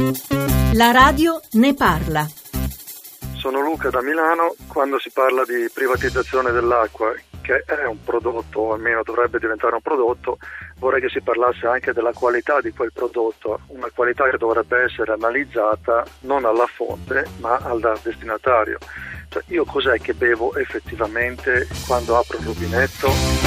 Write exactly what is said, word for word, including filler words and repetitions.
La radio ne parla. Sono Luca da Milano. Quando si parla di privatizzazione dell'acqua, che è un prodotto, o almeno dovrebbe diventare un prodotto, vorrei che si parlasse anche della qualità di quel prodotto, una qualità che dovrebbe essere analizzata non alla fonte ma al destinatario. Cioè, io cos'è che bevo effettivamente quando apro il rubinetto?